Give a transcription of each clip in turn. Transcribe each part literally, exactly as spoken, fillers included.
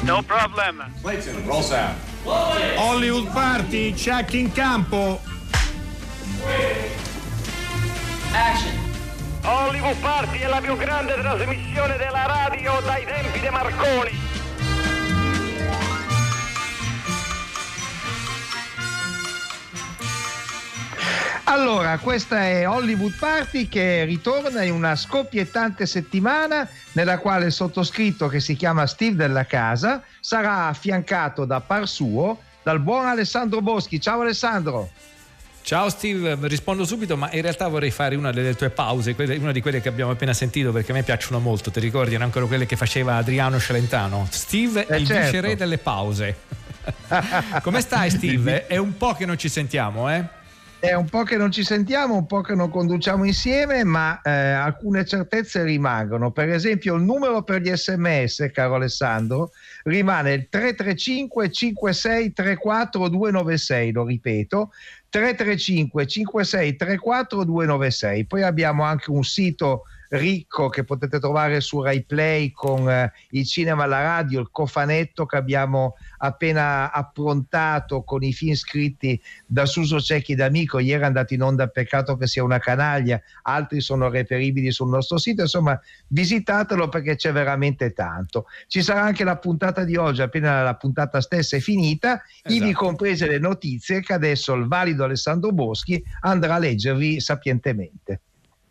No problem. Clayton, roll sound. Hollywood Party, check in campo. Action. Hollywood Party è la più grande trasmissione della radio dai tempi di Marconi. Allora, questa è Hollywood Party che ritorna in una scoppiettante settimana nella quale il sottoscritto, che si chiama Steve Della Casa, sarà affiancato da par suo dal buon Alessandro Boschi. Ciao Alessandro. Ciao Steve, rispondo subito, ma in realtà vorrei fare una delle tue pause, una di quelle che abbiamo appena sentito, perché a me piacciono molto. Ti ricordi? Erano ancora quelle che faceva Adriano Celentano. Steve, eh il certo. viceré delle pause. Come stai Steve? È un po' che non ci sentiamo, eh? È un po' che non ci sentiamo, un po' che non conduciamo insieme, ma eh, alcune certezze rimangono. Per esempio il numero per gli sms, caro Alessandro, rimane il tre tre cinque cinque sei tre quattro due nove sei, lo ripeto, tre tre cinque cinque sei tre quattro due nove sei. Poi abbiamo anche un sito ricco che potete trovare su Rai Play con eh, il cinema alla radio, il cofanetto che abbiamo appena approntato con i film scritti da Suso Cecchi D'Amico. Ieri è andato in onda, peccato che sia una canaglia, altri sono reperibili sul nostro sito, insomma visitatelo perché c'è veramente tanto. Ci sarà anche la puntata di oggi, appena la puntata stessa è finita, esatto, ivi comprese le notizie che adesso il valido Alessandro Boschi andrà a leggervi sapientemente.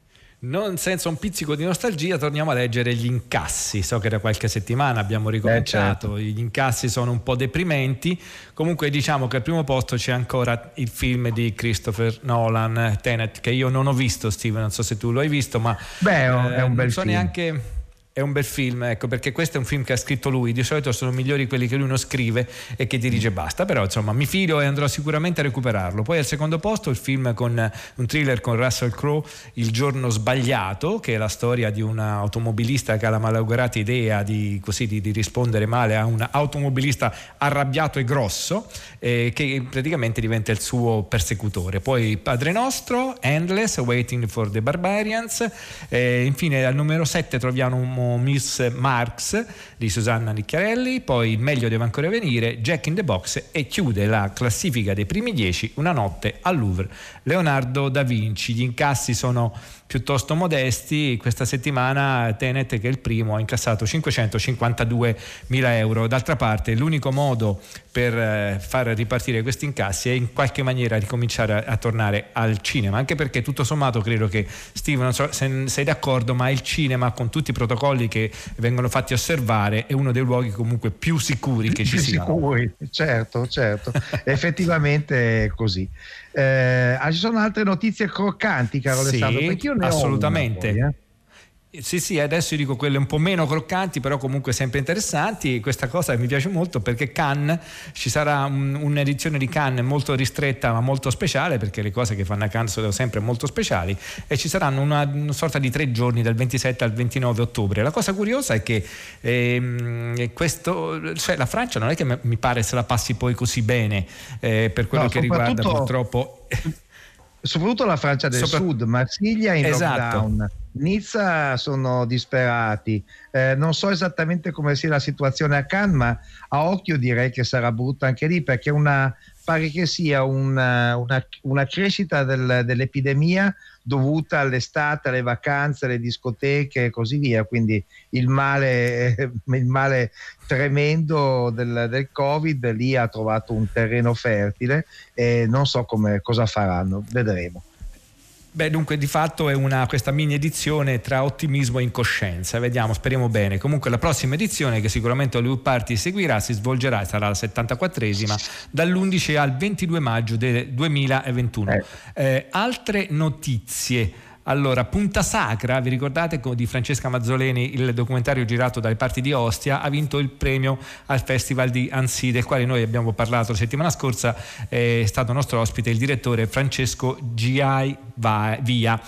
Non senza un pizzico di nostalgia torniamo a leggere gli incassi. So che da qualche settimana abbiamo ricominciato, eh, certo. Gli incassi sono un po' deprimenti. Comunque diciamo che al primo posto c'è ancora il film di Christopher Nolan, Tenet, che io non ho visto. Steve, non so se tu lo hai visto, ma beh, è un, eh, è un bel non so film. neanche... È un bel film, ecco, perché questo è un film che ha scritto lui. Di solito sono migliori quelli che lui non scrive e che dirige basta, però insomma mi fido e andrò sicuramente a recuperarlo. Poi al secondo posto il film con un thriller con Russell Crowe, Il giorno sbagliato, che è la storia di un automobilista che ha la malaugurata idea di, così, di, di rispondere male a un automobilista arrabbiato e grosso, eh, che praticamente diventa il suo persecutore. Poi Padre Nostro, Endless, Waiting for the Barbarians, eh, infine al numero sette troviamo un Miss Marx di Susanna Nicchiarelli, poi Il meglio deve ancora venire, Jack in the Box, e chiude la classifica dei primi dieci Una notte al Louvre, Leonardo da Vinci. Gli incassi sono piuttosto modesti. Questa settimana Tenet, che è il primo, ha incassato cinquecentocinquantaduemila euro. D'altra parte l'unico modo per far ripartire questi incassi è in qualche maniera ricominciare a, a tornare al cinema, anche perché tutto sommato credo che, Steve, non so se sei d'accordo, ma il cinema, con tutti i protocolli che vengono fatti osservare, è uno dei luoghi comunque più sicuri che ci siano. Sicuri, certo, certo. Effettivamente è così. Eh, ci sono altre notizie croccanti, caro sì, Alessandro? Perché io ne assolutamente. Ho una poi, eh. Sì, sì, adesso io dico quelle un po' meno croccanti, però comunque sempre interessanti. Questa cosa mi piace molto perché Cannes, ci sarà un, un'edizione di Cannes molto ristretta ma molto speciale, perché le cose che fanno a Cannes sono sempre molto speciali, e ci saranno una, una sorta di tre giorni dal ventisette al ventinove ottobre. La cosa curiosa è che ehm, questo, cioè la Francia non è che mi pare se la passi poi così bene, eh, per quello no, che riguarda purtroppo soprattutto la Francia del Sopra... Sud, Marsiglia in esatto. lockdown, Nizza sono disperati, eh, non so esattamente come sia la situazione a Cannes, ma a occhio direi che sarà brutta anche lì, perché una, pare che sia una, una, una crescita del, dell'epidemia dovuta all'estate, alle vacanze, alle discoteche e così via, quindi il male, eh, il male tremendo del, del Covid lì ha trovato un terreno fertile e non so come, cosa faranno, vedremo. Beh, dunque di fatto è una, questa mini edizione tra ottimismo e incoscienza, vediamo, speriamo bene. Comunque la prossima edizione, che sicuramente Hollywood Party seguirà, si svolgerà, sarà la settantaquattresima, dall'undici al ventidue maggio del duemilaventuno. Eh. Eh, altre notizie. Allora, Punta Sacra, vi ricordate di Francesca Mazzoleni, il documentario girato dalle parti di Ostia, ha vinto il premio al Festival di Annecy, del quale noi abbiamo parlato la settimana scorsa. È stato nostro ospite il direttore Francesco G I va, via.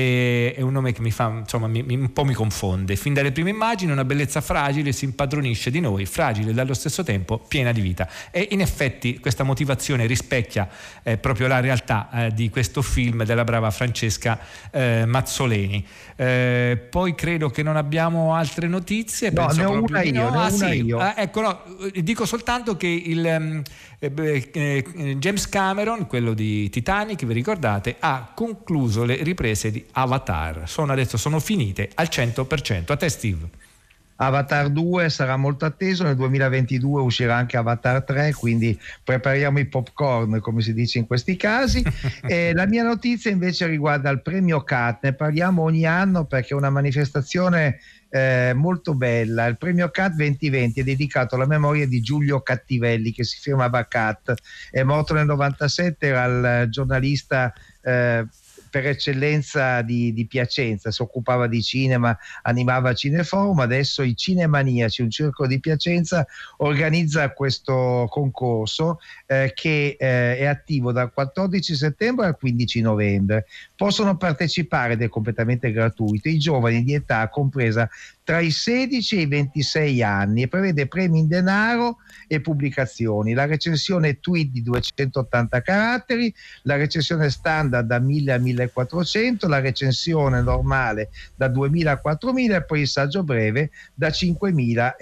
E, è un nome che mi fa, insomma, mi, mi, un po' mi confonde. Fin dalle prime immagini una bellezza fragile si impadronisce di noi, fragile e dallo stesso tempo piena di vita. E in effetti questa motivazione rispecchia eh, proprio la realtà eh, di questo film della brava Francesca eh, Mazzoleni. Eh, poi credo che non abbiamo altre notizie. No, penso ne ho una io, no. ne ho ah, una sì. io. Ah, ecco, no, dico soltanto che il um, eh, eh, James Cameron, quello di Titanic, vi ricordate, ha concluso le riprese di Avatar. Sono adesso sono finite al cento per cento. A te, Steve. Avatar due sarà molto atteso, nel duemilaventidue uscirà anche Avatar tre, quindi prepariamo i popcorn, come si dice in questi casi. E la mia notizia invece riguarda il premio C A T, ne parliamo ogni anno perché è una manifestazione eh, molto bella. Il premio C A T duemilaventi è dedicato alla memoria di Giulio Cattivelli, che si firmava C A T, è morto nel novantasette, era il giornalista eh, per eccellenza di, di Piacenza, si occupava di cinema, animava Cineforum. Adesso i Cinemaniaci, un circo di Piacenza, organizza questo concorso eh, che eh, è attivo dal quattordici settembre al quindici novembre. Possono partecipare, ed è completamente gratuito, i giovani di età compresa tra i sedici e i ventisei anni e prevede premi in denaro e pubblicazioni. La recensione tweet di duecentottanta caratteri, la recensione standard da mille a millequattrocento, la recensione normale da duemila a quattromila e poi il saggio breve da cinquemila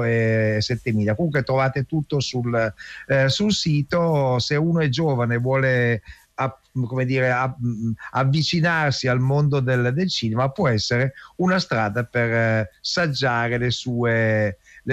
e settemila. Comunque trovate tutto sul, eh, sul sito. Se uno è giovane e vuole A, come dire, a, avvicinarsi al mondo del, del cinema, può essere una strada per eh, saggiare le sue, le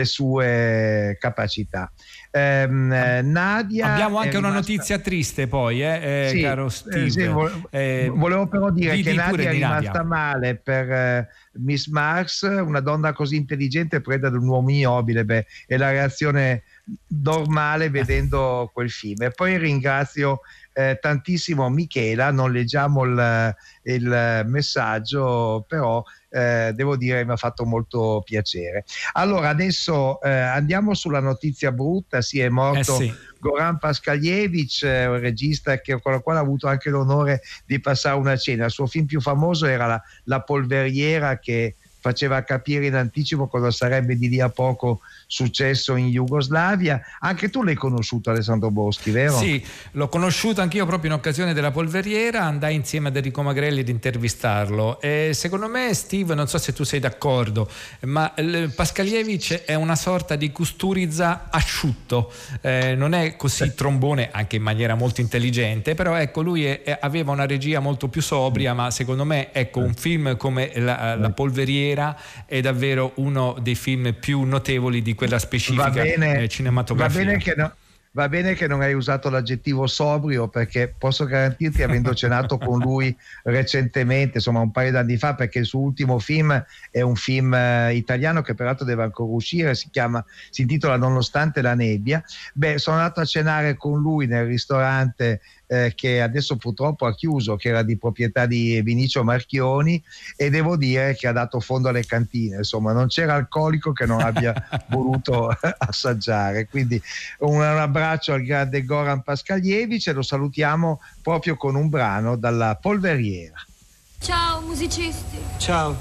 sue capacità. Ehm, Nadia abbiamo anche rimasta... una notizia triste poi, eh, eh, sì, caro Steve. Eh, sì, volevo, eh, volevo però dire di, che di Nadia è rimasta Nadia. male per eh, Miss Marx, una donna così intelligente preda di un uomo ignobile. Beh, è la reazione normale vedendo quel film. E poi ringrazio Eh, tantissimo Michela, non leggiamo il, il messaggio, però eh, devo dire mi ha fatto molto piacere. Allora adesso eh, andiamo sulla notizia brutta. Sì, è morto eh sì. Goran Paskalievich, eh, un regista che, con il quale ha avuto anche l'onore di passare una cena. Il suo film più famoso era La, la polveriera, che faceva capire in anticipo cosa sarebbe di lì a poco successo in Jugoslavia. Anche tu l'hai conosciuto, Alessandro Boschi, vero? Sì, l'ho conosciuto anch'io proprio in occasione della polveriera, andai insieme ad Enrico Magrelli ad intervistarlo e secondo me, Steve, non so se tu sei d'accordo, ma Paskalievich è una sorta di Kusturica asciutto, eh, non è così trombone, anche in maniera molto intelligente, però ecco, lui è, è, aveva una regia molto più sobria, ma secondo me, ecco, un film come La, la polveriera è davvero uno dei film più notevoli di quella specifica va bene, eh, cinematografia. Va bene che no, va bene che non hai usato l'aggettivo sobrio, perché posso garantirti, avendo cenato con lui recentemente, insomma un paio d'anni fa, perché il suo ultimo film è un film eh, italiano che peraltro deve ancora uscire, si chiama, si intitola Nonostante la nebbia. Beh, sono andato a cenare con lui nel ristorante Eh, che adesso purtroppo ha chiuso, che era di proprietà di Vinicio Marchioni, e devo dire che ha dato fondo alle cantine, insomma non c'era alcolico che non abbia voluto assaggiare. Quindi un, un abbraccio al grande Goran Paskalievich e lo salutiamo proprio con un brano dalla polveriera. Ciao musicisti. Ciao.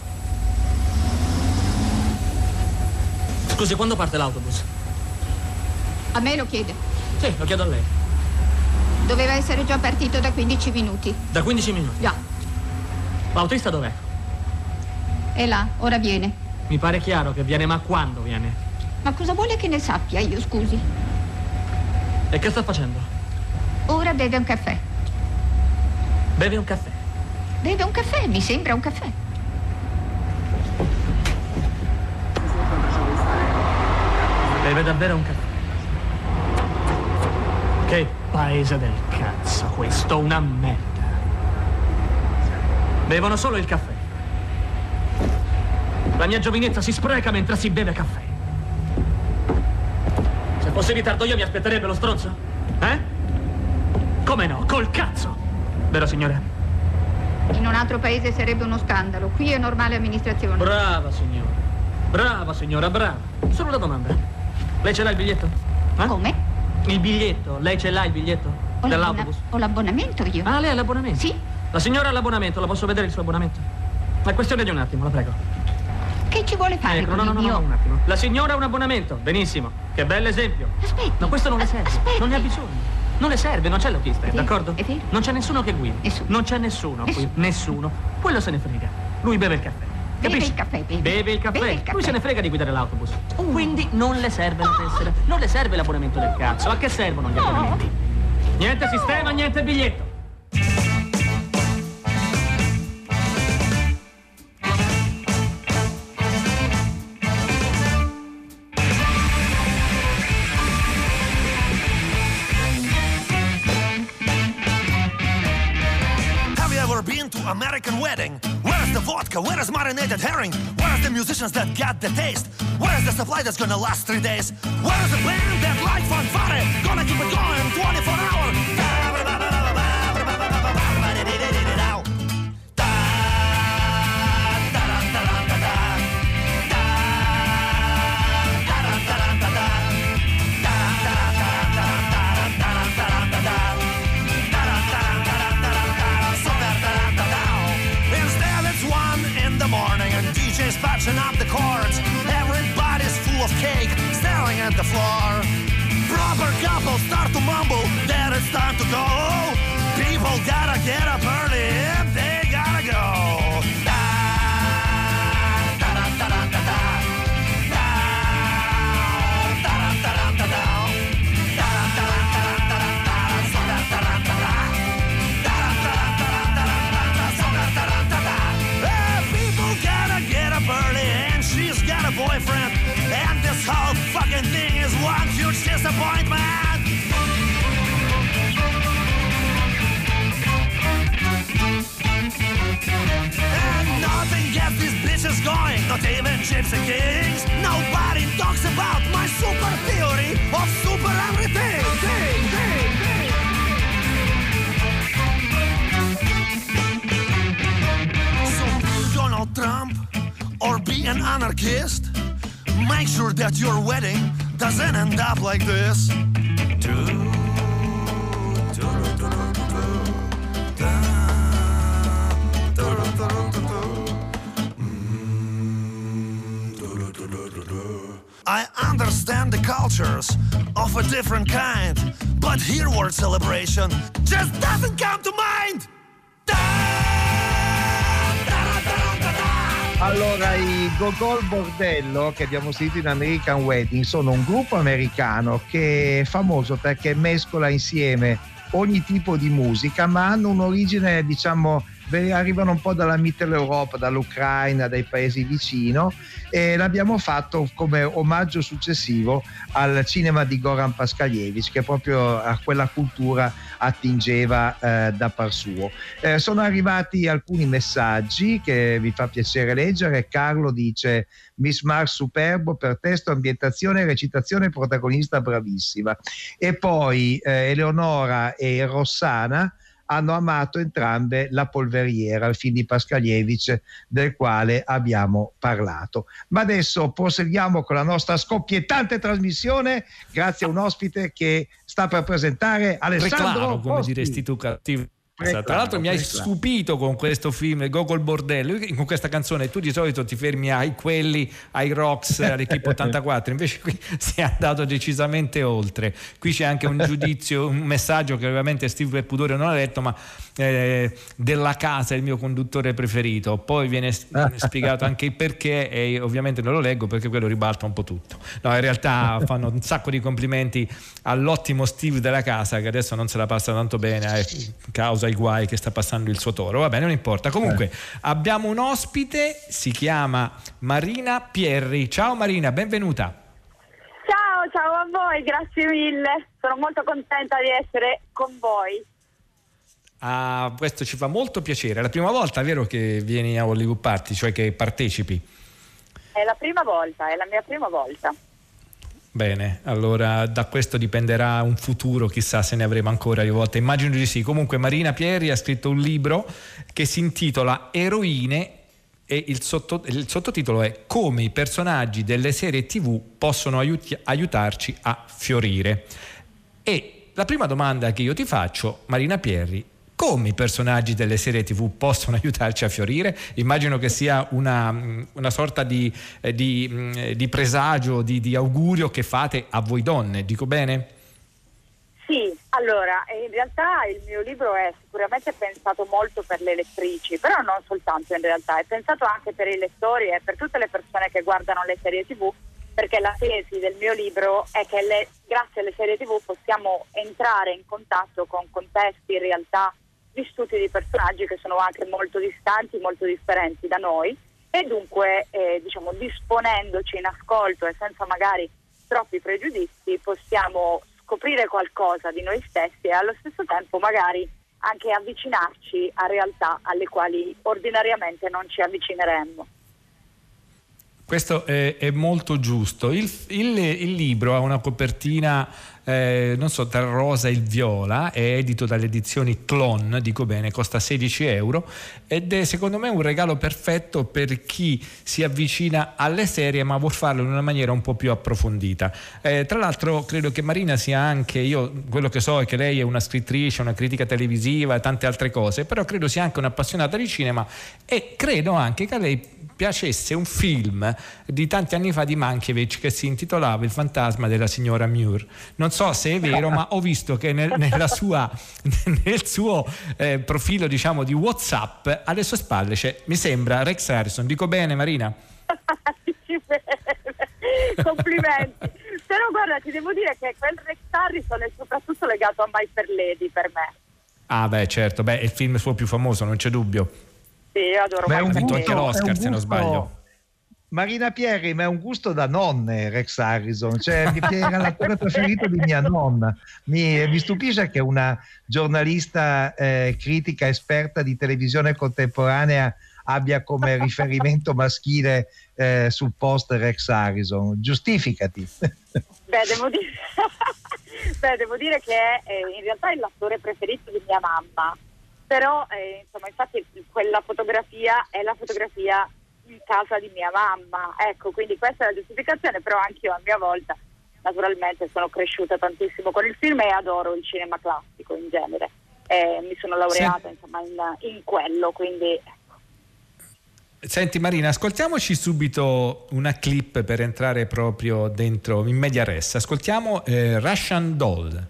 Scusi, quando parte l'autobus? A me lo chiede. Sì, lo chiedo a lei. Doveva essere già partito da quindici minuti. Da quindici minuti? Già. L'autista dov'è? È là, ora viene. Mi pare chiaro che viene, ma quando viene? Ma cosa vuole che ne sappia io, scusi? E che sta facendo? Ora beve un caffè. Beve un caffè? Beve un caffè, mi sembra un caffè. Beve davvero un caffè? Che paese del cazzo questo, una merda. Bevono solo il caffè. La mia giovinezza si spreca mentre si beve caffè. Se fosse in ritardo io mi aspetterebbe lo stronzo? Eh? Come no? Col cazzo! Vero signore? In un altro paese sarebbe uno scandalo. Qui è normale amministrazione. Brava signora. Brava signora, brava. Solo una domanda. Lei ce l'ha il biglietto? Eh? Come? Il biglietto, lei ce l'ha il biglietto? Ho Dell'autobus? Ho l'abbonamento io. Ah, lei ha l'abbonamento? Sì. La signora ha l'abbonamento, la posso vedere il suo abbonamento? È questione di un attimo, la prego. Che ci vuole fare? Ecco, no, no, no, no, un attimo. La signora ha un abbonamento, benissimo. Che bell'esempio. Aspetti. No, questo non le serve. Aspetti. Non ne ha bisogno. Non le serve, non c'è l'autista, È vero, d'accordo? è vero. Non c'è nessuno che guida. Nessuno. Non c'è nessuno, Nessuno. qui. Nessuno. Quello se ne frega. Lui beve il caffè. Beve Capisci? il caffè, beve. Beve il caffè. Beve il caffè. Lui se ne frega di guidare l'autobus. Oh. Quindi non le serve la tessera. Non le serve l'abbonamento del cazzo. A che servono gli No. abbonamenti? Niente sistema, niente biglietto. Been to American wedding? Where is the vodka? Where is marinated herring? Where is the musicians that got the taste? Where is the supply that's gonna last three days? Where is the band that like fanfare? Gonna keep it going twenty-four hours. Patching up the chords. Everybody's full of cake, staring at the floor. Proper couples start to mumble that it's time to go. People gotta get up early and they gotta go. Da, da, da, da, da, da, da. Da, da, da, da, da, da, da. Da, da, da, da, da, da, da. So da, da, da, da, da. Da, da, da, da, da, da. So da, da, da, da, da. Eh, people gotta get up early and she's got a boyfriend. And this whole fucking thing is one huge disappointment. And nothing gets these bitches going, not even Gypsy Kings. Nobody talks about my super theory of super everything. Thing, thing, thing. So be Donald Trump or be an anarchist. Make sure that your wedding doesn't end up like this. I understand the cultures of a different kind, but here word celebration just doesn't come to mind. Allora, i Gogol Bordello che abbiamo sentito in American Wedding sono un gruppo americano che è famoso perché mescola insieme ogni tipo di musica, ma hanno un'origine, diciamo, arrivano un po' dalla Mitteleuropa, dall'Ucraina, dai paesi vicino, e l'abbiamo fatto come omaggio successivo al cinema di Goran Paskalievich, che proprio a quella cultura attingeva eh, da par suo. Eh, sono arrivati alcuni messaggi che vi fa piacere leggere. Carlo dice: Miss Mars superbo per testo, ambientazione, recitazione, protagonista bravissima. E poi eh, Eleonora e Rossana hanno amato entrambe La Polveriera, il film di Paskalievich del quale abbiamo parlato. Ma adesso proseguiamo con la nostra scoppiettante trasmissione grazie a un ospite che sta per presentare Alessandro Preclaro, come Costi. diresti tu, cattivo. Preclaro, Tra l'altro mi hai preclaro. stupito con questo film Gogol Bordello, con questa canzone. Tu di solito ti fermi ai quelli, ai Rocks, all'Equipe ottantaquattro, invece qui si è andato decisamente oltre. Qui c'è anche un giudizio, un messaggio che ovviamente Steve per pudore non ha letto, ma eh, Della Casa è il mio conduttore preferito. Poi viene spiegato anche il perché e ovviamente non lo leggo perché quello ribalta un po' tutto. No, in realtà fanno un sacco di complimenti all'ottimo Steve Della Casa, che adesso non se la passa tanto bene a causa i guai che sta passando il suo toro. Va bene, non importa. Comunque eh. abbiamo un ospite, si chiama Marina Pierri. Ciao Marina, benvenuta. Ciao, ciao a voi, grazie mille. Sono molto contenta di essere con voi. Ah, questo ci fa molto piacere. È la prima volta, vero, che vieni a Hollywood Party, cioè che partecipi? È la prima volta, è la mia prima volta. Bene, allora da questo dipenderà un futuro, chissà se ne avremo ancora di volte, immagino di sì. Comunque Marina Pierri ha scritto un libro che si intitola Eroine e il, sotto, il sottotitolo è Come i personaggi delle serie tivù possono aiuti, aiutarci a fiorire. E la prima domanda che io ti faccio, Marina Pierri, come i personaggi delle serie tivù possono aiutarci a fiorire? Immagino che sia una, una sorta di, di, di presagio, di, di augurio che fate a voi donne, dico bene? Sì, allora, in realtà il mio libro è sicuramente pensato molto per le lettrici, però non soltanto in realtà, è pensato anche per i lettori e per tutte le persone che guardano le serie tivù, perché la tesi del mio libro è che le, grazie alle serie tivù possiamo entrare in contatto con contesti, realtà, vissuti di personaggi che sono anche molto distanti, molto differenti da noi, e dunque eh, diciamo disponendoci in ascolto e senza magari troppi pregiudizi possiamo scoprire qualcosa di noi stessi e allo stesso tempo magari anche avvicinarci a realtà alle quali ordinariamente non ci avvicineremmo. Questo è, è molto giusto. Il, il, il libro ha una copertina, eh, non so, tra il rosa e il viola, è edito dalle edizioni Clon, dico bene, costa sedici euro ed è secondo me un regalo perfetto per chi si avvicina alle serie ma vuol farlo in una maniera un po' più approfondita. Eh, tra l'altro credo che Marina sia anche, io quello che so è che lei è una scrittrice, una critica televisiva e tante altre cose, però credo sia anche un'appassionata di cinema e credo anche che a lei piacesse un film di tanti anni fa di Mankiewicz che si intitolava Il fantasma della signora Muir. Non so se è vero, ma ho visto che nel, nella sua, nel suo eh, profilo, diciamo, di WhatsApp alle sue spalle c'è, mi sembra, Rex Harrison. Dico bene, Marina? Complimenti. Però guarda, ti devo dire che quel Rex Harrison è soprattutto legato a My Fair Lady per me. Ah beh, certo, beh, è il film suo più famoso, non c'è dubbio. Sì, io adoro. Beh, Ha vinto gusto, anche l'Oscar, gusto, se non sbaglio. Marina Pierri, ma è un gusto da nonne Rex Harrison, cioè era l'attore preferito di mia nonna. Mi, mi stupisce che una giornalista eh, critica esperta di televisione contemporanea abbia come riferimento maschile eh, sul post Rex Harrison. Giustificati. Beh, devo dire, Beh, devo dire che eh, in realtà è l'attore preferito di mia mamma. Però eh, insomma, infatti quella fotografia è la fotografia in casa di mia mamma, ecco, quindi questa è la giustificazione. Però anch'io a mia volta naturalmente sono cresciuta tantissimo con il film e adoro il cinema classico in genere, eh, mi sono laureata sì. insomma in, in quello, quindi Senti Marina, ascoltiamoci subito una clip per entrare proprio dentro in media res. Ascoltiamo eh, Russian Doll.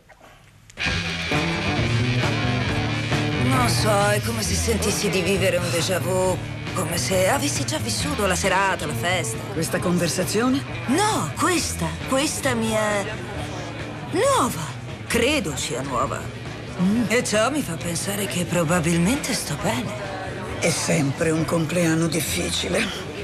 Non so, è come se sentissi di vivere un déjà vu, come se avessi già vissuto la serata, la festa. Questa conversazione? No, questa, questa mi è nuova, credo sia nuova. Mm. E ciò mi fa pensare che probabilmente sto bene. È sempre un compleanno difficile.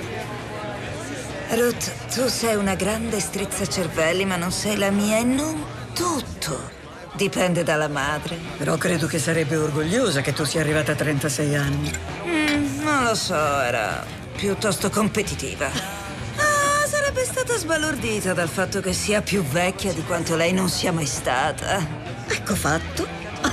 Ruth, tu sei una grande strizzacervelli, ma non sei la mia e non tutto. Dipende dalla madre. Però credo che sarebbe orgogliosa che tu sia arrivata a trentasei anni. Mm, non lo so, era piuttosto competitiva. Ah, sarebbe stata sbalordita dal fatto che sia più vecchia di quanto lei non sia mai stata. Ecco fatto.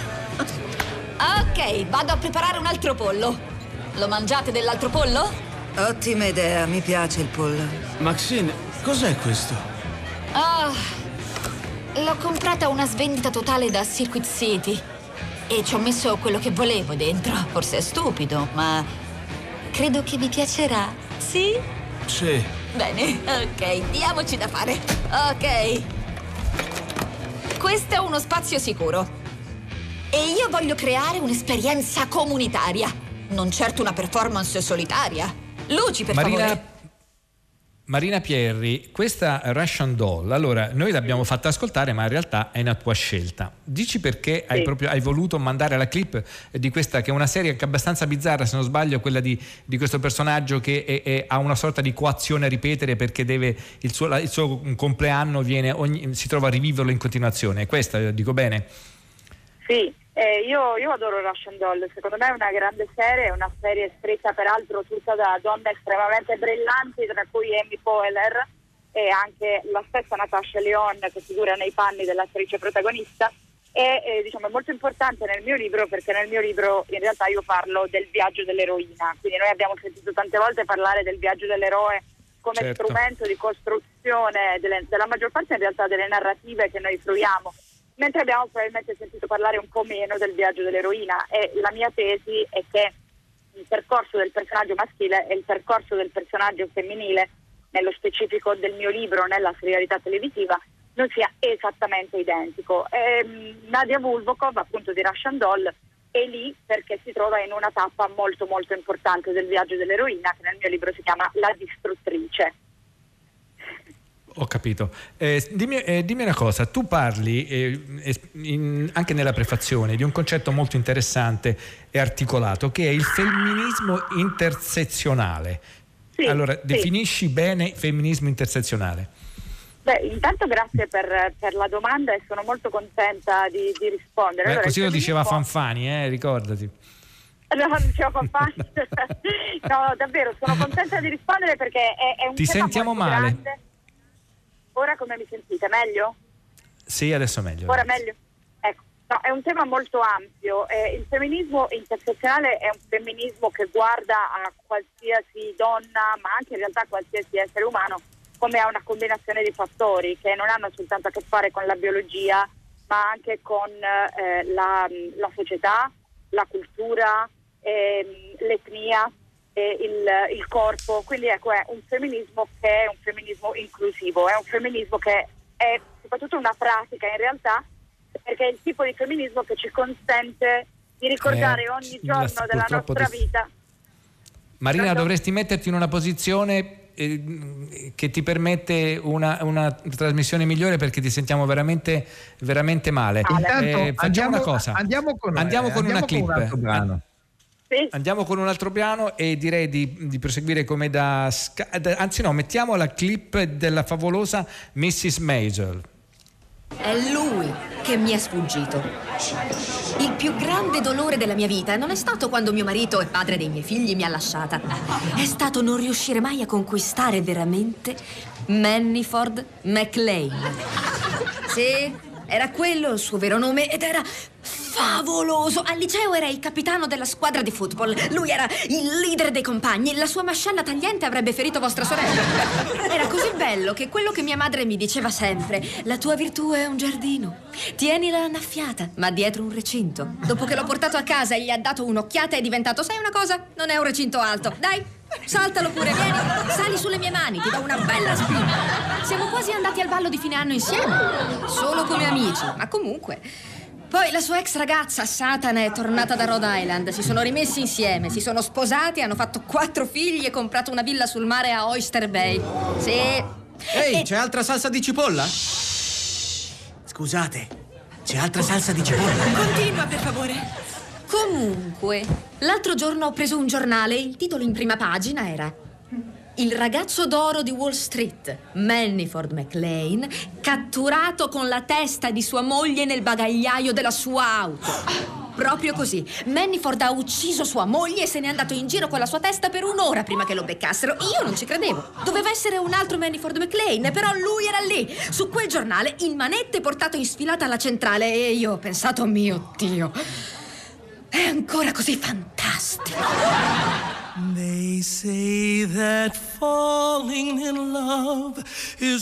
Ok, vado a preparare un altro pollo. Lo mangiate dell'altro pollo? Ottima idea, mi piace il pollo. Maxine, cos'è questo? Oh... L'ho comprata a una svendita totale da Circuit City e ci ho messo quello che volevo dentro. Forse è stupido, ma credo che vi piacerà. Sì? Sì. Bene, ok, diamoci da fare. Ok. Questo è uno spazio sicuro e io voglio creare un'esperienza comunitaria, non certo una performance solitaria. Luci, per Marina... favore. Marina Pierri, questa Russian Doll, allora noi l'abbiamo fatta ascoltare ma in realtà è una tua scelta. Dici perché sì. hai, proprio, hai voluto mandare la clip di questa che è una serie che è abbastanza bizzarra, se non sbaglio, quella di, di questo personaggio che è, è, ha una sorta di coazione a ripetere perché deve il suo, il suo compleanno viene ogni, si trova a riviverlo in continuazione. È questa, dico bene? Sì. Eh, io, io adoro Russian Doll, secondo me è una grande serie, è una serie scritta peraltro tutta da donne estremamente brillanti, tra cui Amy Poehler e anche la stessa Natasha Lyonne che figura nei panni dell'attrice protagonista. E eh, diciamo è molto importante nel mio libro perché nel mio libro in realtà io parlo del viaggio dell'eroina, quindi noi abbiamo sentito tante volte parlare del viaggio dell'eroe come certo. strumento di costruzione delle, della maggior parte in realtà delle narrative che noi fruiamo mentre abbiamo probabilmente sentito parlare un po' meno del viaggio dell'eroina, e la mia tesi è che il percorso del personaggio maschile e il percorso del personaggio femminile, nello specifico del mio libro, nella serialità televisiva, non sia esattamente identico. E Nadia Vulbokov, appunto di Russian Doll, è lì perché si trova in una tappa molto molto importante del viaggio dell'eroina, che nel mio libro si chiama La distruttrice. Ho capito. Eh, dimmi, eh, dimmi una cosa, tu parli eh, in, anche nella prefazione di un concetto molto interessante e articolato, che è il femminismo intersezionale. Sì, allora, sì. Definisci bene femminismo intersezionale. Beh, intanto grazie per, per la domanda e sono molto contenta di, di rispondere. Beh, allora, così lo diceva femminismo... Fanfani, eh, ricordati. No, non diceva Fanfani. No, davvero, sono contenta di rispondere perché è, è un Ti tema sentiamo molto male. grande. Ora come mi sentite? Meglio? Sì, adesso meglio. Ora meglio? Ecco, no, è un tema molto ampio. Eh, il femminismo intersezionale è un femminismo che guarda a qualsiasi donna, ma anche in realtà a qualsiasi essere umano, come a una combinazione di fattori che non hanno soltanto a che fare con la biologia, ma anche con eh, la, la società, la cultura, eh, l'etnia, eh, il, il corpo. Quindi ecco, è un femminismo che è un femminismo inclusivo, è un femminismo che è soprattutto una pratica in realtà, perché è il tipo di femminismo che ci consente di ricordare eh, ogni giorno la, della nostra ti... vita. Marina, Pronto? dovresti metterti in una posizione che ti permette una, una trasmissione migliore, perché ti sentiamo veramente veramente male. Intanto, eh, facciamo andiamo, una cosa, andiamo con, andiamo con andiamo una clip, con un altro brano. Sì. Andiamo con un altro brano e direi di, di proseguire come da, anzi no, mettiamo la clip della favolosa missus Maisel. È lui che mi è sfuggito. Il più grande dolore della mia vita non è stato quando mio marito e padre dei miei figli mi ha lasciata. È stato non riuscire mai a conquistare veramente Mannyford McLean. Sì, era quello il suo vero nome ed era favoloso. Al liceo era il capitano della squadra di football. Lui era il leader dei compagni. La sua mascella tagliente avrebbe ferito vostra sorella. Era così bello che quello che mia madre mi diceva sempre: la tua virtù è un giardino. Tienila annaffiata, ma dietro un recinto. Dopo che l'ho portato a casa e gli ha dato un'occhiata è diventato: sai una cosa? Non è un recinto alto. Dai, saltalo pure, vieni. Sali sulle mie mani, ti do una bella spinta. Siamo quasi andati al ballo di fine anno insieme. Solo come amici, ma comunque... Poi la sua ex ragazza, Satana, è tornata da Rhode Island. Si sono rimessi insieme, si sono sposati, hanno fatto quattro figli e comprato una villa sul mare a Oyster Bay. Sì. Ehi, e... c'è altra salsa di cipolla? Scusate, c'è altra salsa di cipolla? Continua, per favore. Comunque, l'altro giorno ho preso un giornale, il titolo in prima pagina era: il ragazzo d'oro di Wall Street, Mannyford McLean, catturato con la testa di sua moglie nel bagagliaio della sua auto. Proprio così. Mannyford ha ucciso sua moglie e se n'è andato in giro con la sua testa per un'ora prima che lo beccassero. Io non ci credevo. Doveva essere un altro Mannyford McLean, però lui era lì, su quel giornale, in manette, portato in sfilata alla centrale. E io ho pensato: mio Dio, è ancora così fantastico. They say that falling in love is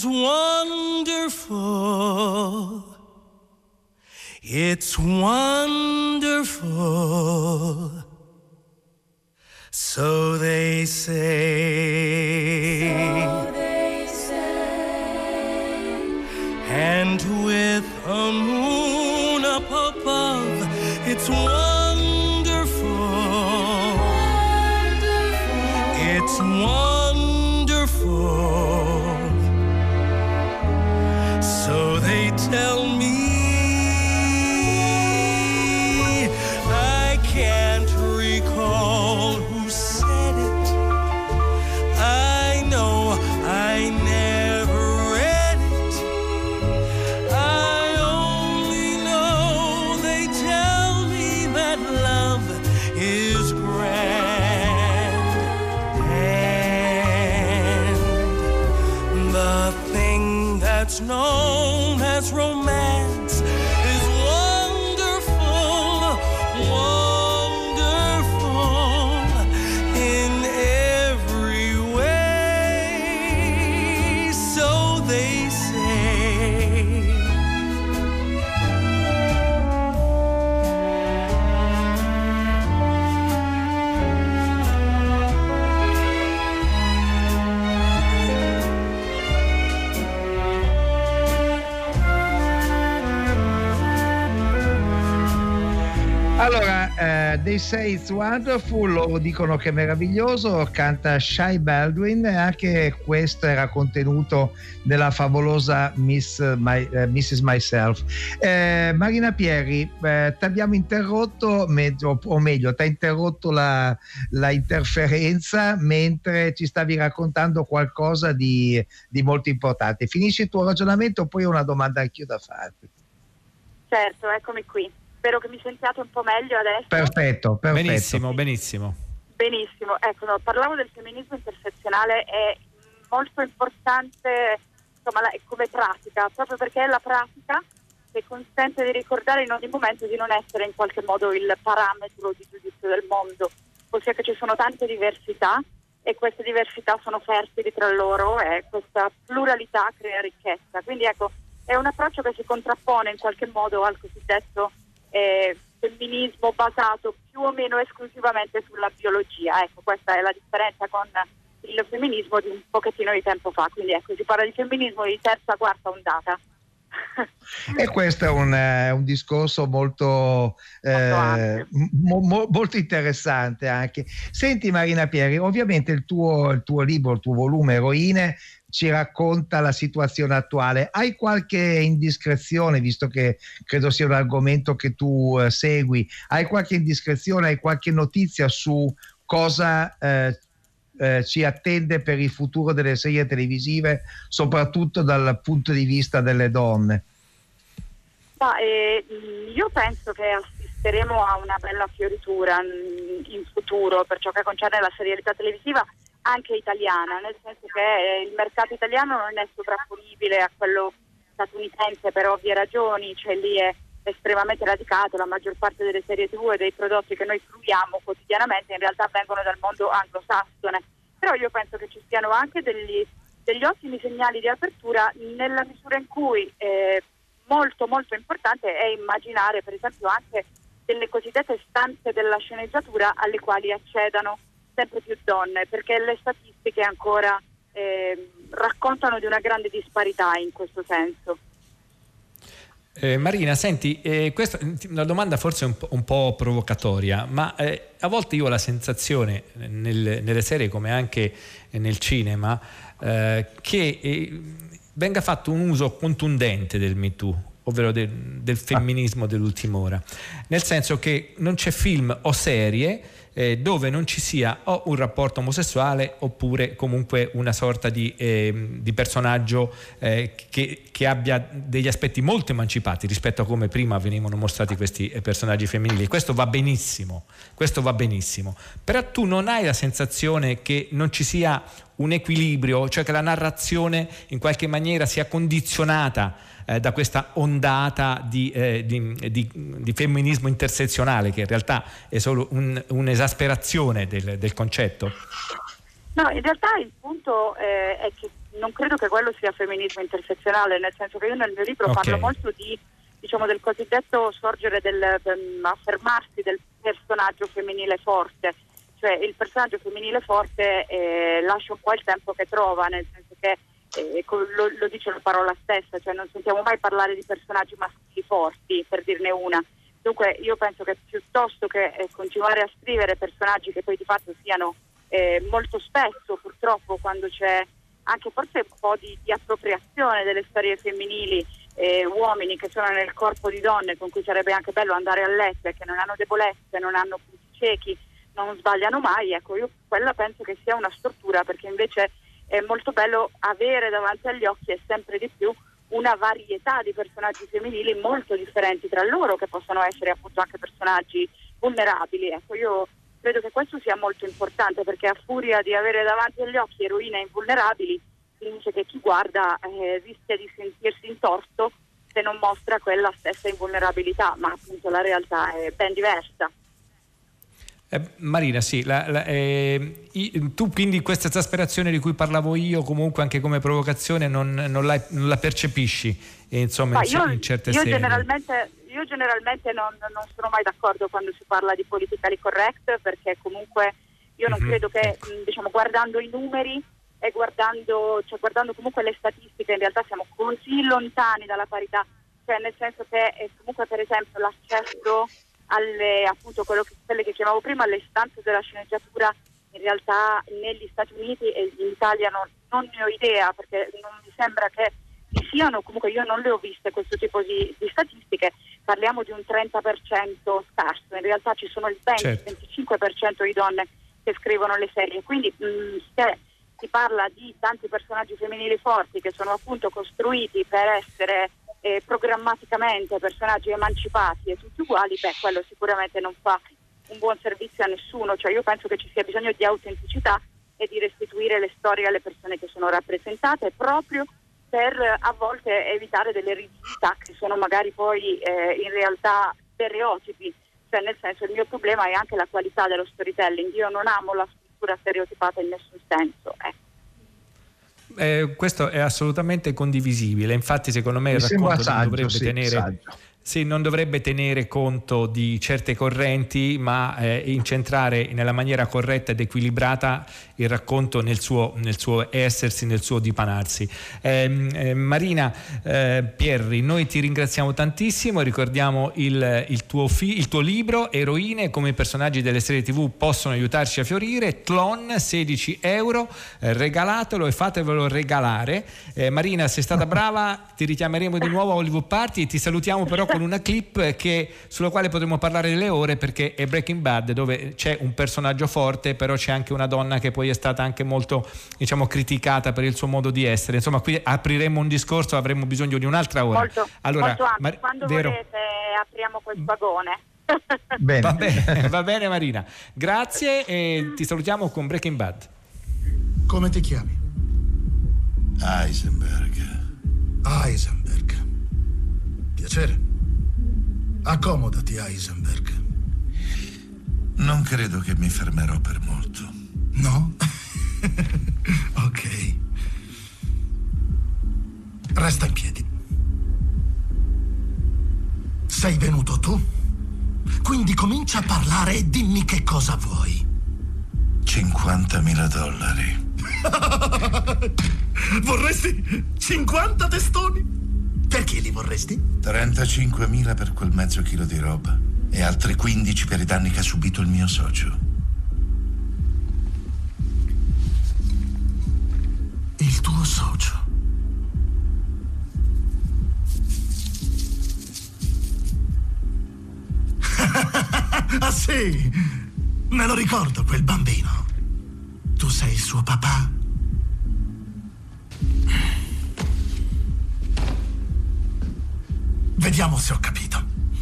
wonderful. It's wonderful. So they say. So they say. And with a moon up above, it's wonderful. It's wonderful. So they tell me. I can't recall who said it. I know I never read it. I only know they tell me that love is grand. That's known as romance is wonderful, wonderful in every way. So they say. Allora, uh, They Say It's Wonderful, loro dicono che è meraviglioso, canta Shy Baldwin, e anche questo era contenuto nella favolosa Miss My, uh, missus Myself. Eh, Marina Pieri, eh, ti abbiamo interrotto, mezzo, o meglio, ti ha interrotto la, la interferenza mentre ci stavi raccontando qualcosa di, di molto importante. Finisci il tuo ragionamento, poi ho una domanda anch'io da farti. Certo, eccomi qui. Spero che mi sentiate un po' meglio adesso. Perfetto, perfetto. Benissimo, benissimo. Benissimo. Ecco, no, parlavo del femminismo intersezionale, è molto importante, insomma, la, come pratica, proprio perché è la pratica che consente di ricordare in ogni momento di non essere in qualche modo il parametro di giudizio del mondo, ossia che ci sono tante diversità e queste diversità sono fertili tra loro e questa pluralità crea ricchezza. Quindi ecco, è un approccio che si contrappone in qualche modo al cosiddetto Eh, femminismo basato più o meno esclusivamente sulla biologia. Ecco, questa è la differenza con il femminismo di un pochettino di tempo fa. Quindi ecco, si parla di femminismo di terza, quarta ondata. E questo è un, eh, un discorso molto, eh, mo, mo, molto interessante anche. Senti Marina Pieri, ovviamente il tuo, il tuo libro, il tuo volume Eroine ci racconta la situazione attuale. Hai qualche indiscrezione, visto che credo sia un argomento che tu eh, segui, hai qualche indiscrezione, hai qualche notizia su cosa eh, eh, ci attende per il futuro delle serie televisive, soprattutto dal punto di vista delle donne? Ma, eh, io penso che assisteremo a una bella fioritura in futuro per ciò che concerne la serialità televisiva anche italiana, nel senso che il mercato italiano non è sovrapponibile a quello statunitense per ovvie ragioni, cioè lì è estremamente radicato, la maggior parte delle serie tivù e dei prodotti che noi fruiamo quotidianamente in realtà vengono dal mondo anglosassone, però io penso che ci siano anche degli, degli ottimi segnali di apertura nella misura in cui eh, molto molto importante è immaginare per esempio anche delle cosiddette stanze della sceneggiatura alle quali accedano sempre più donne, perché le statistiche ancora eh, raccontano di una grande disparità in questo senso. Eh, Marina, senti, eh, questa è una domanda forse un po', un po' provocatoria, ma eh, a volte io ho la sensazione nel, nelle serie come anche nel cinema eh, che eh, venga fatto un uso contundente del Me Too, ovvero del, del femminismo dell'ultima ora, nel senso che non c'è film o serie Eh, dove non ci sia o un rapporto omosessuale oppure comunque una sorta di, eh, di personaggio eh, che, che abbia degli aspetti molto emancipati rispetto a come prima venivano mostrati questi eh, personaggi femminili. Questo va benissimo, questo va benissimo, però tu non hai la sensazione che non ci sia un equilibrio, cioè che la narrazione in qualche maniera sia condizionata Eh, da questa ondata di, eh, di, di, di femminismo intersezionale che in realtà è solo un, un'esasperazione del, del concetto? No, in realtà il punto eh, è che non credo che quello sia femminismo intersezionale, nel senso che io nel mio libro okay. parlo molto di, diciamo, del cosiddetto sorgere del um, affermarsi del personaggio femminile forte, cioè il personaggio femminile forte eh, lascia un po' il tempo che trova, nel senso che Eh, lo, lo dice la parola stessa, cioè non sentiamo mai parlare di personaggi maschili forti, per dirne una. Dunque io penso che piuttosto che eh, continuare a scrivere personaggi che poi di fatto siano eh, molto spesso purtroppo, quando c'è anche forse un po' di, di appropriazione delle storie femminili, eh, uomini che sono nel corpo di donne con cui sarebbe anche bello andare a letto e che non hanno debolezze, non hanno punti ciechi, non sbagliano mai, ecco, io quella penso che sia una stortura, perché invece è molto bello avere davanti agli occhi e sempre di più una varietà di personaggi femminili molto differenti tra loro, che possono essere appunto anche personaggi vulnerabili. Ecco, io credo che questo sia molto importante, perché a furia di avere davanti agli occhi eroine invulnerabili finisce che chi guarda eh, rischia di sentirsi in torto se non mostra quella stessa invulnerabilità, ma appunto la realtà è ben diversa. Eh, Marina, sì, la, la, eh, tu quindi questa esasperazione di cui parlavo io, comunque anche come provocazione, non, non, la, non la percepisci eh, insomma, in, io, in certe io serie? Generalmente, io generalmente non, non sono mai d'accordo quando si parla di politically correct, perché comunque io non mm-hmm. credo che, ecco. diciamo, guardando i numeri e guardando, cioè guardando comunque le statistiche, in realtà siamo così lontani dalla parità, cioè nel senso che eh, comunque per esempio l'accesso alle, appunto, quello che, quelle che chiamavo prima, alle istanze della sceneggiatura, in realtà negli Stati Uniti e in Italia non, non ne ho idea, perché non mi sembra che ci siano, comunque io non le ho viste questo tipo di, di statistiche. Parliamo di un trenta per cento scarso, in realtà ci sono il venti venticinque per cento di donne che scrivono le serie, quindi mh, se si parla di tanti personaggi femminili forti che sono appunto costruiti per essere eh, programmaticamente personaggi emancipati e tutti uguali, beh, quello sicuramente non fa un buon servizio a nessuno. Cioè io penso che ci sia bisogno di autenticità e di restituire le storie alle persone che sono rappresentate, proprio per a volte evitare delle rigidità che sono magari poi eh, in realtà stereotipi. Cioè, nel senso, il mio problema è anche la qualità dello storytelling. Io non amo la struttura stereotipata in nessun senso, ecco. Eh, questo è assolutamente condivisibile, infatti secondo me Mi il racconto saggio, non dovrebbe sì, tenere saggio. Sì, non dovrebbe tenere conto di certe correnti, ma eh, incentrare nella maniera corretta ed equilibrata il racconto nel suo, nel suo essersi, nel suo dipanarsi. Eh, eh, Marina eh, Pierri, noi ti ringraziamo tantissimo, ricordiamo il, il, tuo fi- il tuo libro Eroine, come i personaggi delle serie tivù possono aiutarci a fiorire, Tlon, sedici euro, eh, regalatelo e fatevelo regalare. Eh, Marina, sei stata brava, ti richiameremo di nuovo a Hollywood Party e ti salutiamo però con una clip che, sulla quale potremo parlare delle ore, perché è Breaking Bad, dove c'è un personaggio forte, però c'è anche una donna che poi è stata anche molto, diciamo, criticata per il suo modo di essere. Insomma, qui apriremo un discorso, avremo bisogno di un'altra ora. Molto, allora, molto ampio. Mar- Quando vero? volete apriamo quel vagone. Bene. Va bene, va bene Marina, grazie e ti salutiamo con Breaking Bad. Come ti chiami? Heisenberg. Heisenberg. Piacere. Accomodati, Heisenberg. Non credo che mi fermerò per molto. No? Ok. Resta in piedi. Sei venuto tu? Quindi comincia a parlare e dimmi che cosa vuoi. cinquantamila dollari. Vorresti cinquanta testoni? Perché li vorresti? trentacinquemila per quel mezzo chilo di roba e altri quindici per i danni che ha subito il mio socio. Il tuo socio? Ah sì, me lo ricordo quel bambino. Tu sei il suo papà? Vediamo se ho capito.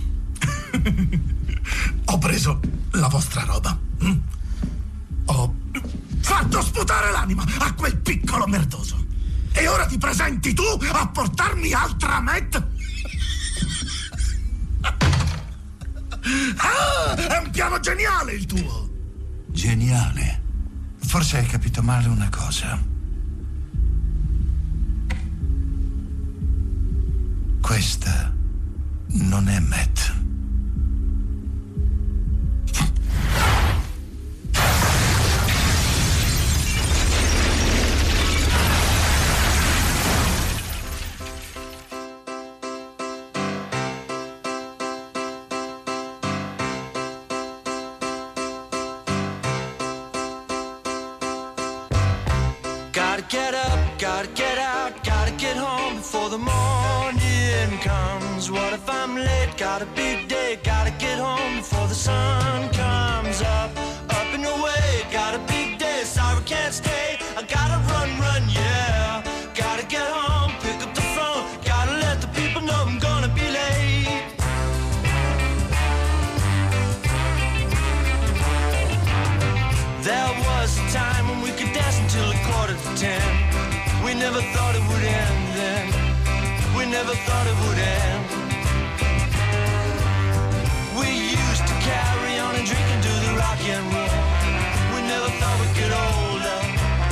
Ho preso la vostra roba. Mm? Ho fatto sputare l'anima a quel piccolo merdoso. E ora ti presenti tu a portarmi altra met? Ah, è un piano geniale il tuo. Geniale? Forse hai capito male una cosa. Questa non è Matt. Gotta get up, gotta get out, gotta get home before the morning comes. What if I'm late? Got a big day, gotta get home before the sun comes up. Up and away, got a big day, sorry can't stay. I gotta run, run, yeah. Gotta get home, pick up the phone, gotta let the people know I'm gonna be late. There was a time when we could dance until a quarter to ten. We never thought it would end then. We never thought it would end. We used to carry on and drink and do the rock and roll. We never thought we'd get older.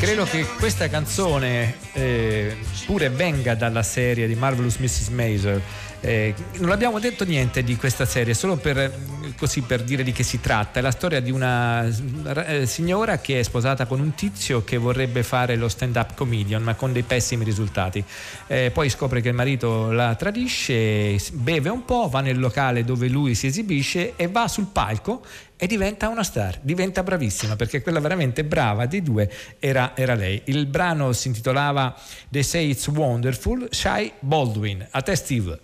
Credo che questa canzone eh, pure venga dalla serie di Marvelous missus Maisel. Eh, non abbiamo detto niente di questa serie, solo per, così per dire di che si tratta. È la storia di una eh, signora che è sposata con un tizio che vorrebbe fare lo stand-up comedian, ma con dei pessimi risultati. Eh, poi scopre che il marito la tradisce, beve un po', va nel locale dove lui si esibisce e va sul palco e diventa una star, diventa bravissima, perché quella veramente brava dei due era, era lei. Il brano si intitolava They Say It's Wonderful, Shy Baldwin. A te, Steve.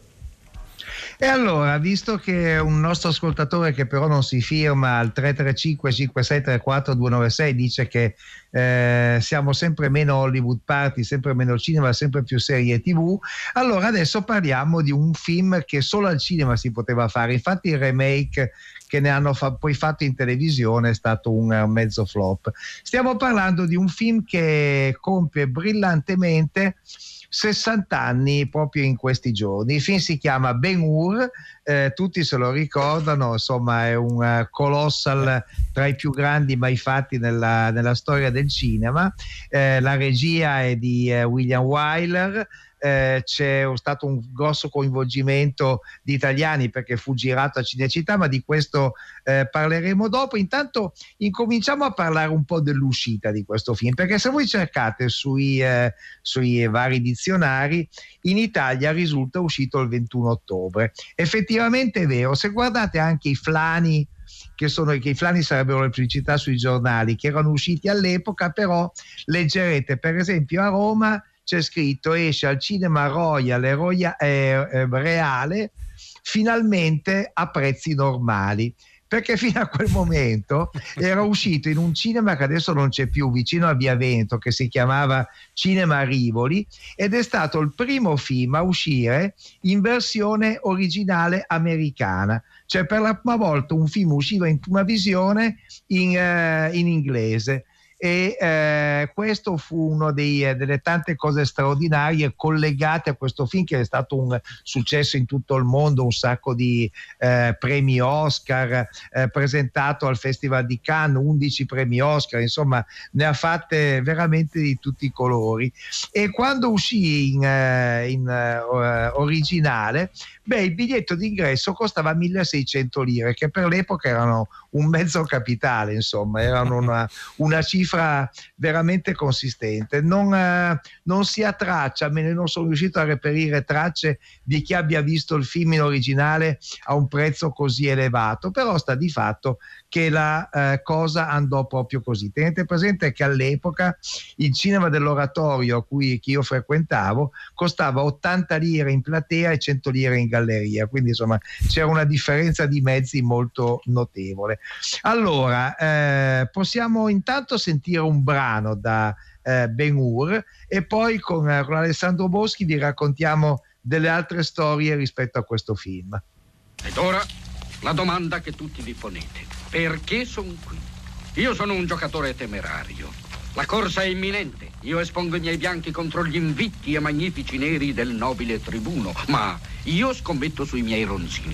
E allora, visto che un nostro ascoltatore che però non si firma al tre tre cinque cinque sei tre quattro due nove sei dice che eh, siamo sempre meno Hollywood Party, sempre meno cinema, sempre più serie tv, allora adesso parliamo di un film che solo al cinema si poteva fare. Infatti il remake che ne hanno fa- poi fatto in televisione è stato un, un mezzo flop. Stiamo parlando di un film che compie brillantemente sessanta anni proprio in questi giorni. Il film si chiama Ben-Hur, eh, tutti se lo ricordano, insomma è un uh, colossal tra i più grandi mai fatti nella, nella storia del cinema. Eh, la regia è di uh, William Wyler. Eh, c'è stato un grosso coinvolgimento di italiani perché fu girato a Cinecittà, ma di questo eh, parleremo dopo. Intanto incominciamo a parlare un po' dell'uscita di questo film, perché se voi cercate sui, eh, sui vari dizionari, in Italia risulta uscito il ventuno ottobre. Effettivamente è vero, se guardate anche i flani, che sono che i flani sarebbero le pubblicità sui giornali che erano usciti all'epoca, però leggerete per esempio a Roma c'è scritto: esce al cinema Royal e Royal, eh, eh, Reale finalmente a prezzi normali, perché fino a quel momento era uscito in un cinema che adesso non c'è più, vicino a Via Veneto, che si chiamava Cinema Rivoli, ed è stato il primo film a uscire in versione originale americana, cioè per la prima volta un film usciva in prima visione in, uh, in inglese. E eh, questo fu uno dei, eh, delle tante cose straordinarie collegate a questo film, che è stato un successo in tutto il mondo, un sacco di eh, premi Oscar, eh, presentato al Festival di Cannes, undici premi Oscar, insomma ne ha fatte veramente di tutti i colori. E quando uscì in, eh, in uh, originale, beh, il biglietto d'ingresso costava milleseicento lire, che per l'epoca erano un mezzo capitale, insomma erano una, una cifra veramente consistente. Non, eh, non si ha traccia, almeno non sono riuscito a reperire tracce di chi abbia visto il film in originale a un prezzo così elevato, però sta di fatto che la eh, cosa andò proprio così. Tenete presente che all'epoca il cinema dell'Oratorio, a cui che io frequentavo, costava ottanta lire in platea e cento lire in galleria, quindi insomma c'era una differenza di mezzi molto notevole. Allora eh, possiamo intanto sentire un brano da eh, Ben-Hur e poi con, eh, con Alessandro Boschi vi raccontiamo delle altre storie rispetto a questo film. Ed ora la domanda che tutti vi ponete: perché sono qui? Io sono un giocatore temerario. La corsa è imminente. Io espongo i miei bianchi contro gli invitti e magnifici neri del nobile tribuno, ma io scommetto sui miei ronzini.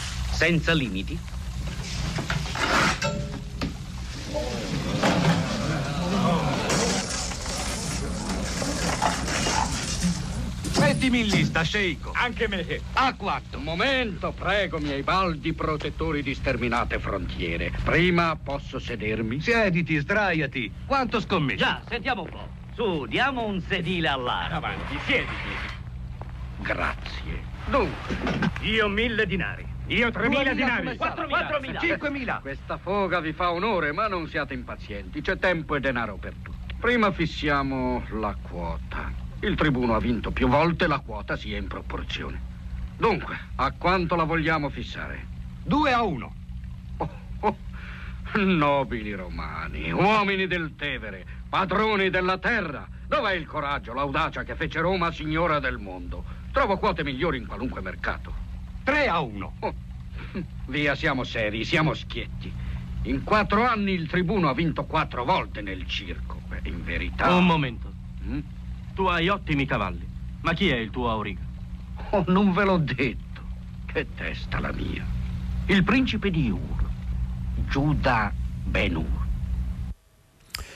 Senza limiti. Mettimi in lista, sceicco. Anche me. A quattro. Un momento, prego, miei baldi protettori di sterminate frontiere. Prima posso sedermi? Siediti, sdraiati. Quanto scommetti? Già, sentiamo un po'. Su, diamo un sedile all'aria. Avanti, siediti. Grazie. Dunque. Io mille dinari. Io tremila dinari. Quattromila. Cinquemila. Questa foga vi fa onore, ma non siate impazienti. C'è tempo e denaro per tutti. Prima fissiamo la quota. Il tribuno ha vinto più volte, la quota sia in proporzione. Dunque, a quanto la vogliamo fissare? Due a uno. Oh, oh. Nobili romani, uomini del Tevere, padroni della terra. Dov'è il coraggio, l'audacia che fece Roma signora del mondo? Trovo quote migliori in qualunque mercato. Tre a uno. Oh. Via, siamo seri, siamo schietti. In quattro anni il tribuno ha vinto quattro volte nel circo. Beh, in verità... Un momento. Mm? Tu hai ottimi cavalli, ma chi è il tuo auriga? Oh, non ve l'ho detto. Che testa la mia. Il principe di Ur, Giuda Ben-Hur.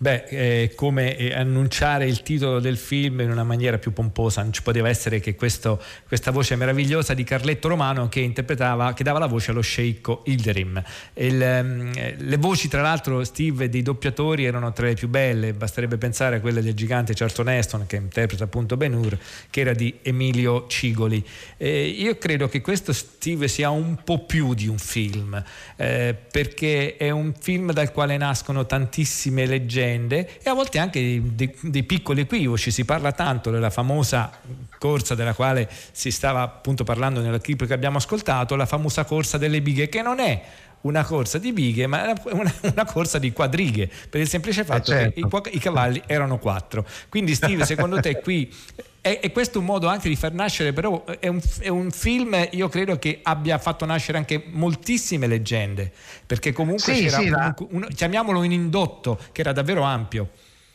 Beh, eh, come eh, annunciare il titolo del film in una maniera più pomposa, non ci poteva essere che questo, questa voce meravigliosa di Carletto Romano che interpretava, che dava la voce allo sceicco Ilderim. Il, eh, le voci, tra l'altro, Steve, dei doppiatori erano tra le più belle, basterebbe pensare a quelle del gigante Charlton Heston che interpreta appunto Ben-Hur, che era di Emilio Cigoli. Eh, io credo che questo, Steve, sia un po' più di un film, eh, perché è un film dal quale nascono tantissime leggende e a volte anche dei, dei piccoli equivoci. Si parla tanto della famosa corsa della quale si stava appunto parlando nella clip che abbiamo ascoltato, la famosa corsa delle bighe, che non è una corsa di bighe ma una, una corsa di quadrighe, per il semplice fatto eh certo. che i, i cavalli erano quattro. Quindi Steve, secondo te qui è, è questo un modo anche di far nascere, però è un, è un film, io credo che abbia fatto nascere anche moltissime leggende, perché comunque sì, c'era sì, un, la... un, chiamiamolo un indotto che era davvero ampio.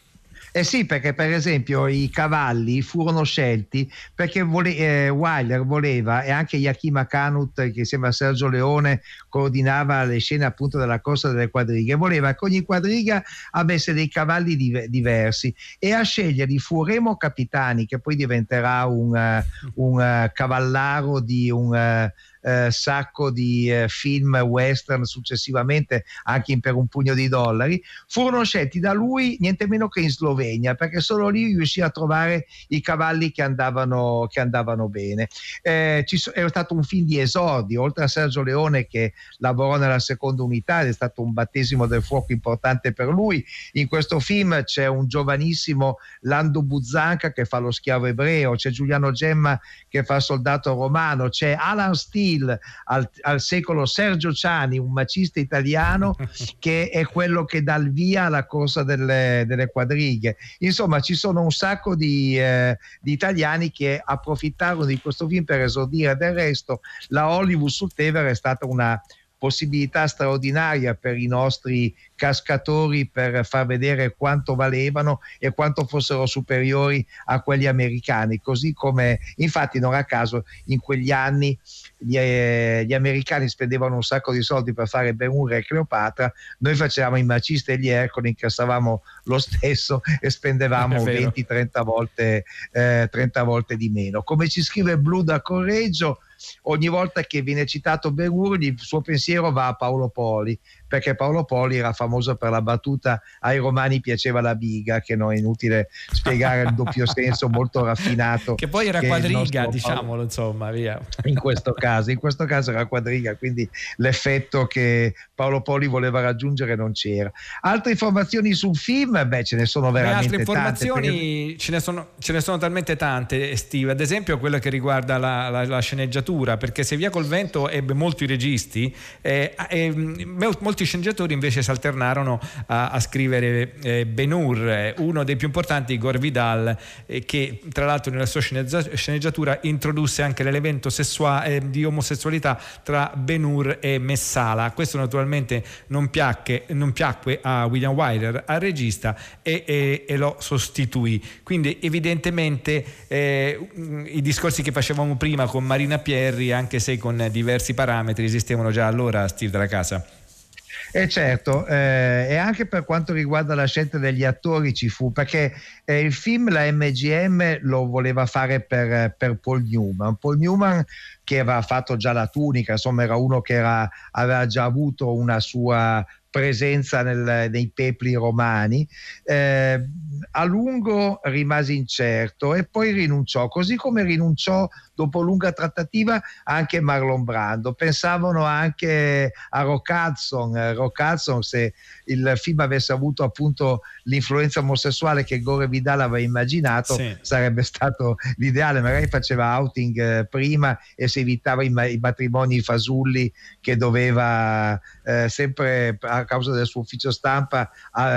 Eh sì, perché per esempio i cavalli furono scelti perché vole- eh, Wilder voleva, e anche Yakima Canut, che sembra Sergio Leone, coordinava le scene appunto della corsa delle quadrighe, voleva che ogni quadriga avesse dei cavalli div- diversi, e a sceglierli fu Remo Capitani, che poi diventerà un, uh, un uh, cavallaro di un... Uh, Eh, sacco di eh, film western successivamente, anche in Per un pugno di dollari. Furono scelti da lui niente meno che in Slovenia, perché solo lì riuscì a trovare i cavalli che andavano, che andavano bene. Eh, ci so, è stato un film di esordi, oltre a Sergio Leone che lavorò nella seconda unità, è stato un battesimo del fuoco importante per lui. In questo film c'è un giovanissimo Lando Buzzanca che fa lo schiavo ebreo, c'è Giuliano Gemma che fa il soldato romano, c'è Alan Steele Al, al secolo, Sergio Ciani, un macista italiano che è quello che dà il via alla corsa delle, delle quadrighe. Insomma, ci sono un sacco di, eh, di italiani che approfittarono di questo film per esordire. Del resto la Hollywood sul Tevere è stata una possibilità straordinaria per i nostri cascatori per far vedere quanto valevano e quanto fossero superiori a quelli americani, così come infatti non a caso in quegli anni gli, eh, gli americani spendevano un sacco di soldi per fare Ben-Hur e Cleopatra, noi facevamo i Macista e gli Ercole, incassavamo lo stesso e spendevamo venti trenta volte, eh, trenta volte di meno. Come ci scrive Blu da Correggio, ogni volta che viene citato Ben-Hur il suo pensiero va a Paolo Poli, perché Paolo Poli era famoso per la battuta ai romani piaceva la biga, che non è inutile spiegare il doppio senso molto raffinato, che poi era che quadriga, diciamolo Paolo, insomma, via. In questo caso, in questo caso era quadriga, quindi l'effetto che Paolo Poli voleva raggiungere non c'era. Altre informazioni sul film? Beh, ce ne sono veramente altre informazioni tante, perché... ce, ne sono, ce ne sono talmente tante, Steve, ad esempio quella che riguarda la, la, la sceneggiatura, perché Se via col vento ebbe molti registi eh, eh, molti sceneggiatori invece si alternarono a, a scrivere eh, Ben-Hur. Uno dei più importanti, Gore Vidal, eh, che tra l'altro nella sua sceneggiatura introdusse anche l'elemento sessuale, eh, di omosessualità tra Ben-Hur e Messala. Questo naturalmente non piacque, non piacque a William Wyler, al regista, e, e, e lo sostituì. Quindi evidentemente eh, i discorsi che facevamo prima con Marina Pierri, anche se con diversi parametri, esistevano già allora, Steve della Casa. E eh certo, eh, e anche per quanto riguarda la scelta degli attori ci fu, perché eh, il film la M G M lo voleva fare per, per Paul Newman. Paul Newman, che aveva fatto già La Tunica, insomma era uno che era, aveva già avuto una sua presenza nel, nei pepli romani, eh, a lungo rimase incerto e poi rinunciò, così come rinunciò dopo lunga trattativa anche Marlon Brando. Pensavano anche a Rock Hudson, Rock Hudson, se il film avesse avuto appunto l'influenza omosessuale che Gore Vidal aveva immaginato, sì, sarebbe stato l'ideale, magari faceva outing eh, prima e si evitava i, ma- i matrimoni fasulli che doveva eh, sempre a causa del suo ufficio stampa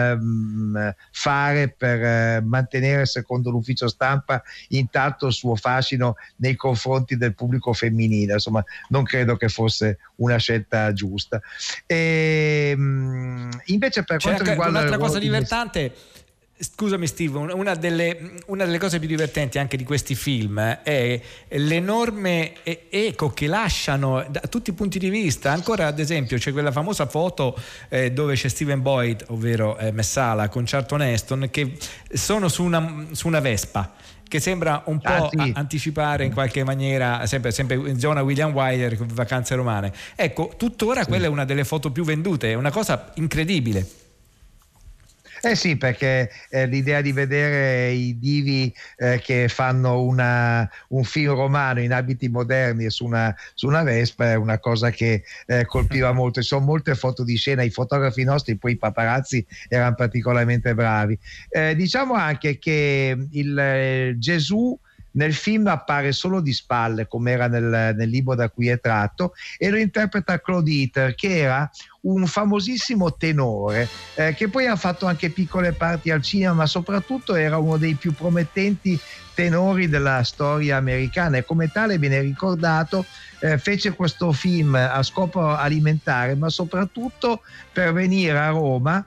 um, fare per eh, mantenere, secondo l'ufficio stampa, intatto il suo fascino nei confronti del pubblico femminile. Insomma, non credo che fosse una scelta giusta. E, um, invece per C'è quanto riguarda un'altra cosa divertente, scusami Steve, una delle, una delle cose più divertenti anche di questi film è l'enorme eco che lasciano da tutti i punti di vista. Ancora ad esempio c'è quella famosa foto eh, dove c'è Steven Boyd, ovvero eh, Messala, con Charlton Heston, che sono su una, su una Vespa, che sembra un po' ah, sì. anticipare in qualche maniera, sempre, sempre in zona William Wyler con Vacanze Romane. Ecco, tuttora sì. Quella è una delle foto più vendute, è una cosa incredibile. Eh sì, perché eh, l'idea di vedere i divi eh, che fanno una, un film romano in abiti moderni e su una, su una Vespa è una cosa che eh, colpiva molto. Ci sono molte foto di scena, i fotografi nostri, poi i paparazzi erano particolarmente bravi. Eh, diciamo anche che il eh, Gesù nel film appare solo di spalle, come era nel, nel libro da cui è tratto, e lo interpreta Claude Iter, che era un famosissimo tenore eh, che poi ha fatto anche piccole parti al cinema, ma soprattutto era uno dei più promettenti tenori della storia americana e come tale viene ricordato. Eh, fece questo film a scopo alimentare, ma soprattutto per venire a Roma,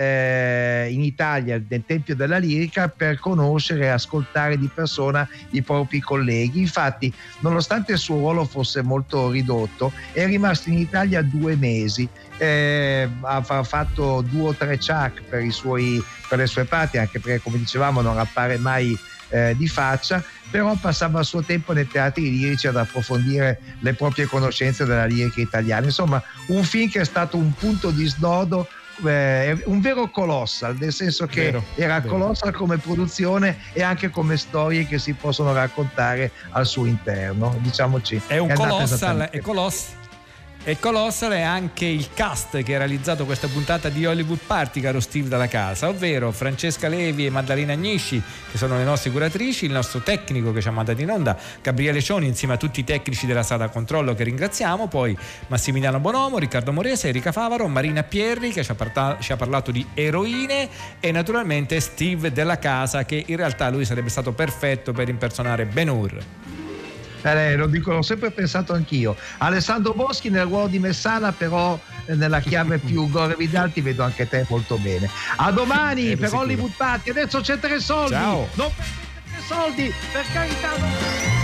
eh, in Italia, nel Tempio della Lirica, per conoscere e ascoltare di persona i propri colleghi. Infatti, nonostante il suo ruolo fosse molto ridotto, è rimasto in Italia due mesi. Eh, ha fatto due o tre ciak per, i suoi, per le sue parti, anche perché, come dicevamo, non appare mai eh, di faccia, però passava il suo tempo nei teatri lirici ad approfondire le proprie conoscenze della lirica italiana. Insomma, un film che è stato un punto di snodo, eh, un vero colossal, nel senso che vero, era vero. Colossal come produzione e anche come storie che si possono raccontare al suo interno, diciamoci. È un è colossal, è colossal. E colossal è anche il cast che ha realizzato questa puntata di Hollywood Party, caro Steve dalla casa, ovvero Francesca Levi e Maddalena Agnisci, che sono le nostre curatrici, il nostro tecnico che ci ha mandato in onda, Gabriele Cioni, insieme a tutti i tecnici della sala controllo che ringraziamo, poi Massimiliano Bonomo, Riccardo Morese, Erika Favaro, Marina Pierri che ci ha, parta- ci ha parlato di eroine, e naturalmente Steve della casa, che in realtà lui sarebbe stato perfetto per impersonare Ben-Hur. Eh, lo dico, l'ho sempre pensato anch'io. Alessandro Boschi nel ruolo di Messala, però nella chiave più Gore Vidal ti vedo anche te molto bene. A domani eh, per sicuro. Hollywood Party. Adesso c'è tre soldi. Ciao. Non perdete tre soldi, per carità. Non...